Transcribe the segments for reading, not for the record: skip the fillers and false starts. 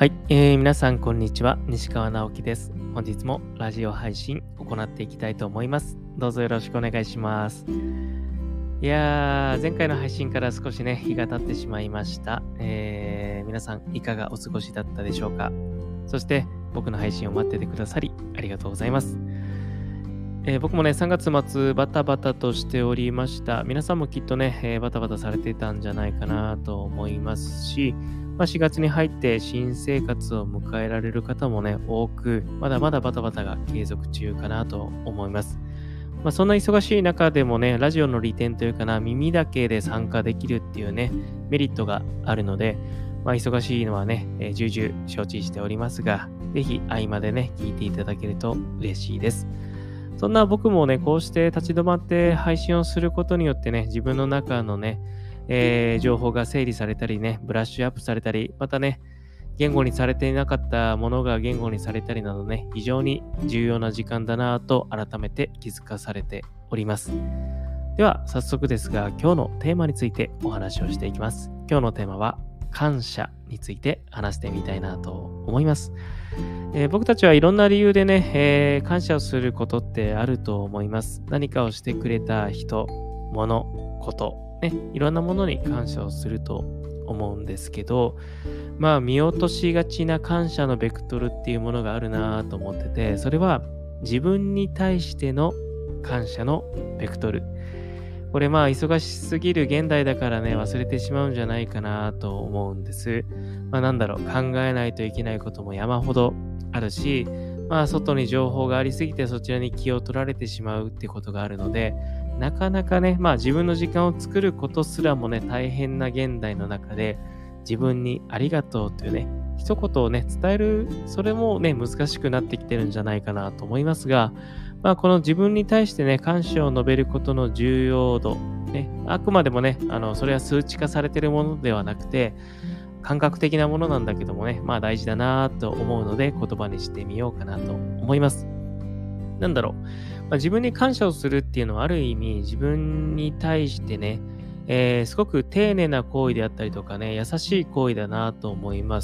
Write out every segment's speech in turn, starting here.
はい、皆さんこんにちは。西川直樹です。本日もラジオ配信行っていきたいと思います。どうぞよろしくお願いします。いやー、前回の配信から少しね、日が経ってしまいました。皆さんいかがお過ごしだったでしょうか。そして僕の配信を待っててくださりありがとうございます。僕もね、3月末バタバタとしておりました。皆さんもきっとね、バタバタされてたんじゃないかなと思いますし、4月に入って新生活を迎えられる方もね、多く、まだまだバタバタが継続中かなと思います。そんな忙しい中でもね、ラジオの利点というかな、耳だけで参加できるっていうね、メリットがあるので、忙しいのはね、重々承知しておりますが、ぜひ合間でね、聞いていただけると嬉しいです。そんな僕もね、こうして立ち止まって配信をすることによってね、自分の中のね、情報が整理されたりね、ブラッシュアップされたり、またね、言語にされていなかったものが言語にされたりなどね、非常に重要な時間だなぁと改めて気づかされております。では、早速ですが、今日のテーマについてお話をしていきます。今日のテーマは、感謝について話してみたいなと思います。僕たちはいろんな理由でね、感謝をすることってあると思います。何かをしてくれた人、物、こと、いろんなものに感謝をすると思うんですけど、見落としがちな感謝のベクトルっていうものがあるなと思ってて、それは自分に対しての感謝のベクトル。これ忙しすぎる現代だからね、忘れてしまうんじゃないかなと思うんです。考えないといけないことも山ほどあるし、外に情報がありすぎてそちらに気を取られてしまうってことがあるので、なかなかね、自分の時間を作ることすらもね、大変な現代の中で、自分にありがとうというね、一言をね、伝える、それもね、難しくなってきてるんじゃないかなと思いますが、この自分に対してね、感謝を述べることの重要度、ね、あくまでもね、それは数値化されているものではなくて、感覚的なものなんだけどもね、大事だなと思うので、言葉にしてみようかなと思います。自分に感謝をするっていうのはある意味自分に対してね、すごく丁寧な行為であったりとかね、優しい行為だなと思います。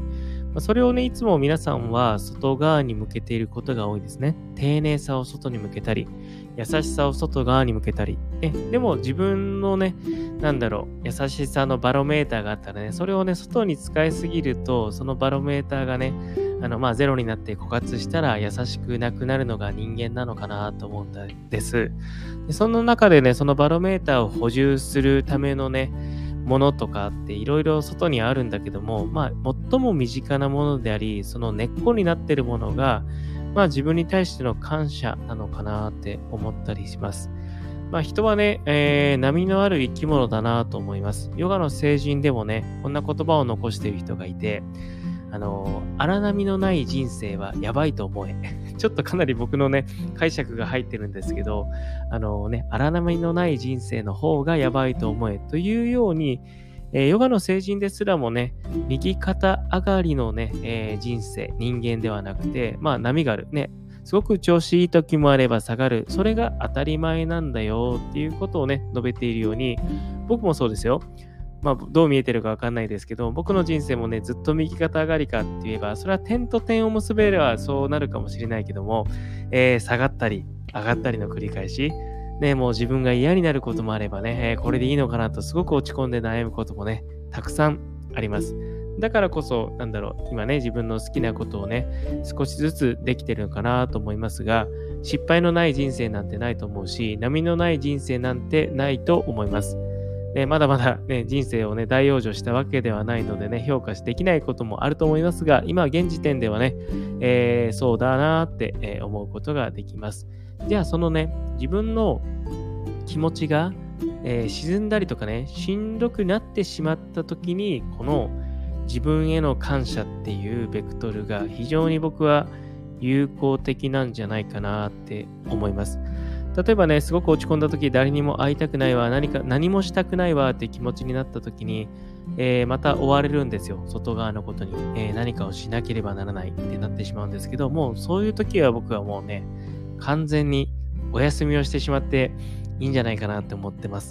それをね、いつも皆さんは外側に向けていることが多いですね。丁寧さを外に向けたり、優しさを外側に向けたり。でも自分のね、優しさのバロメーターがあったらね、それをね、外に使いすぎると、そのバロメーターがね、ゼロになって枯渇したら優しくなくなるのが人間なのかなと思うんです。でその中でね、そのバロメーターを補充するためのね、ものとかっていろいろ外にあるんだけども、最も身近なものであり、その根っこになっているものが、自分に対しての感謝なのかなって思ったりします。人はね、波のある生き物だなと思います。ヨガの聖人でもね、こんな言葉を残している人がいて、荒波のない人生はやばいと思え。ちょっとかなり僕のね、解釈が入ってるんですけど、荒波のない人生の方がやばいと思えというように、ヨガの聖人ですらもね、右肩上がりのね、人生、人間ではなくて、波がある。ね、すごく調子いい時もあれば下がる。それが当たり前なんだよっていうことをね、述べているように、僕もそうですよ。どう見えてるかわかんないですけど、僕の人生もね、ずっと右肩上がりかって言えば、それは点と点を結べればそうなるかもしれないけども、下がったり、上がったりの繰り返し、ね、もう自分が嫌になることもあればね、これでいいのかなとすごく落ち込んで悩むこともね、たくさんあります。だからこそ、今ね、自分の好きなことをね、少しずつできてるのかなと思いますが、失敗のない人生なんてないと思うし、波のない人生なんてないと思います。まだまだね、人生をね、大往生したわけではないのでね、評価できないこともあると思いますが、今現時点ではね、そうだなって、思うことができます。じゃあそのね、自分の気持ちが、沈んだりとかね、しんどくなってしまった時に、この自分への感謝っていうベクトルが非常に僕は有効的なんじゃないかなって思います。例えばね、すごく落ち込んだ時、誰にも会いたくないわ、何もしたくないわって気持ちになった時に、また追われるんですよ。外側のことに、何かをしなければならないってなってしまうんですけど、もうそういう時は僕はもうね、完全にお休みをしてしまっていいんじゃないかなって思ってます。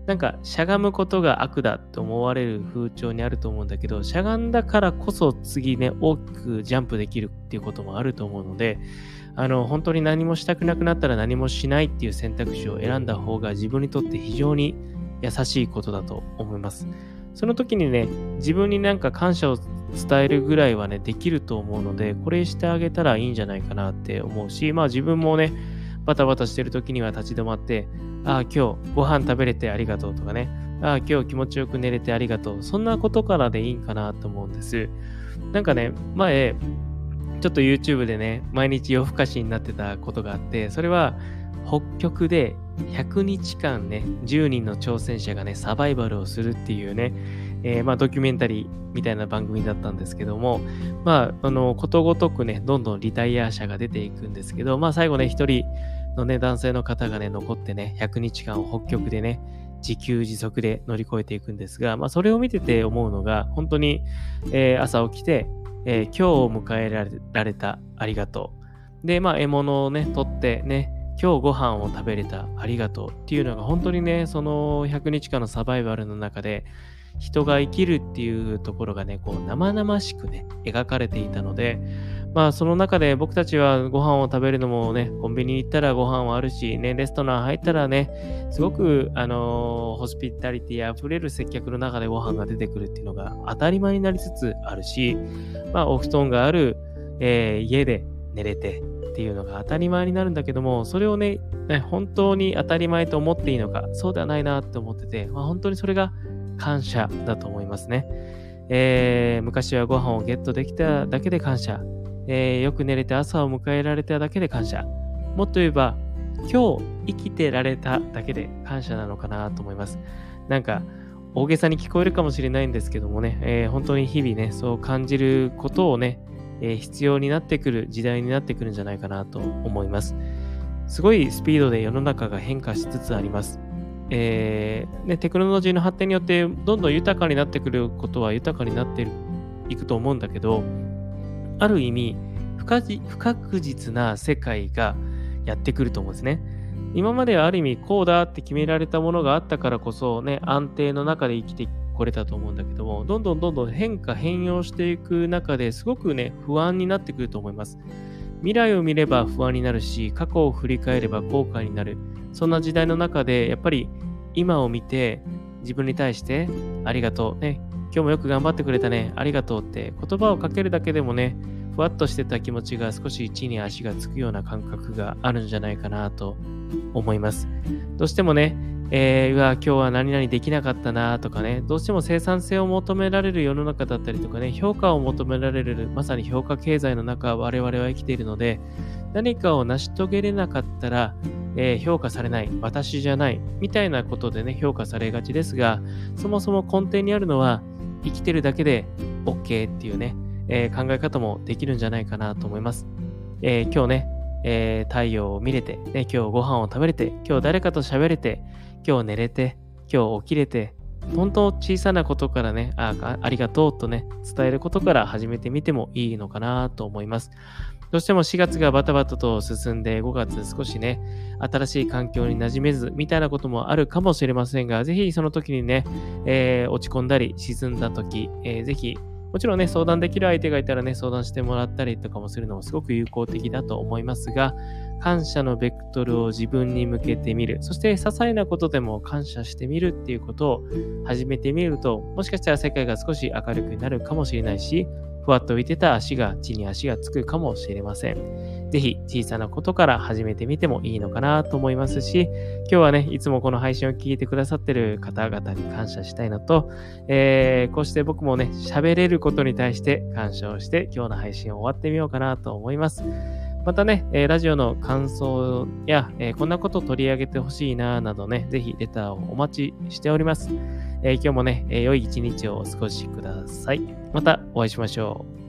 なんかしゃがむことが悪だと思われる風潮にあると思うんだけど、しゃがんだからこそ次ね、大きくジャンプできるっていうこともあると思うので、本当に何もしたくなくなったら何もしないっていう選択肢を選んだ方が自分にとって非常に優しいことだと思います。その時にね、自分になんか感謝を伝えるぐらいはね、できると思うので、これしてあげたらいいんじゃないかなって思うし、まあ自分もね、バタバタしてる時には立ち止まって、ああ、今日ご飯食べれてありがとうとかね、ああ、今日気持ちよく寝れてありがとう。そんなことからでいいんかなと思うんです。なんかね、前、ちょっと YouTube でね、毎日夜更かしになってたことがあって、それは北極で100日間ね、10人の挑戦者がね、サバイバルをするっていうね、まあドキュメンタリーみたいな番組だったんですけども、まあ、ことごとくね、どんどんリタイア者が出ていくんですけど、まあ最後ね、一人のね、男性の方がね、残ってね、100日間を北極でね、自給自足で乗り越えていくんですが、まあそれを見てて思うのが、本当に、朝起きて、今日を迎えられたありがとう。で、まあ獲物をね、取ってね、今日ご飯を食べれたありがとうっていうのが本当にね、その100日間のサバイバルの中で人が生きるっていうところがね、こう生々しくね、描かれていたので、まあその中で僕たちはご飯を食べるのもね、コンビニに行ったらご飯はあるし、ね、レストラン入ったらね、すごくホスピタリティ溢れる接客の中でご飯が出てくるっていうのが当たり前になりつつあるし、まあお布団がある、家で寝れてっていうのが当たり前になるんだけども、それをね、本当に当たり前と思っていいのか、そうではないなって思ってて、まあ本当にそれが感謝だと思いますね。昔はご飯をゲットできただけで感謝。よく寝れて朝を迎えられただけで感謝。もっと言えば、今日生きてられただけで感謝なのかなと思います。なんか、大げさに聞こえるかもしれないんですけどもね、本当に日々ね、そう感じることをね、必要になってくる時代になってくるんじゃないかなと思います。すごいスピードで世の中が変化しつつあります。テクノロジーの発展によってどんどん豊かになってくることは豊かになっていくと思うんだけど、ある意味不確実な世界がやってくると思うんですね。今まではある意味こうだって決められたものがあったからこそね、安定の中で生きてこれたと思うんだけども、どんどん変容していく中ですごくね、不安になってくると思います。未来を見れば不安になるし、過去を振り返れば後悔になる。そんな時代の中で、やっぱり今を見て自分に対してありがとう。ね、今日もよく頑張ってくれたね。ありがとうって言葉をかけるだけでもね、ふわっとしてた気持ちが少し地に足がつくような感覚があるんじゃないかなと思います。どうしてもね、今日は何々できなかったなとかね、どうしても生産性を求められる世の中だったりとかね、評価を求められる、まさに評価経済の中、我々は生きているので、何かを成し遂げれなかったら、評価されない、私じゃない、みたいなことでね、評価されがちですが、そもそも根底にあるのは、生きてるだけで OK っていうね、考え方もできるんじゃないかなと思います。今日ね、太陽を見れて、ね、今日ご飯を食べれて、今日誰かと喋れて、今日寝れて、今日起きれて、本当小さなことからね、ありがとうとね、伝えることから始めてみてもいいのかなと思います。どうしても4月がバタバタと進んで、5月少しね、新しい環境に馴染めず、みたいなこともあるかもしれませんが、ぜひその時にね、落ち込んだり沈んだ時、ぜひ、もちろんね、相談できる相手がいたらね、相談してもらったりとかもするのもすごく有効的だと思いますが、感謝のベクトルを自分に向けてみる。そして、些細なことでも感謝してみるっていうことを始めてみると、もしかしたら世界が少し明るくなるかもしれないし、ふわっと浮いてた地に足がつくかもしれません。ぜひ、小さなことから始めてみてもいいのかなと思いますし、今日はね、いつもこの配信を聞いてくださってる方々に感謝したいのと、こうして僕もね、喋れることに対して感謝をして、今日の配信を終わってみようかなと思います。またね、ラジオの感想や、こんなことを取り上げてほしいななどね、ぜひレターをお待ちしております。今日もね、良い一日をお過ごしください。またお会いしましょう。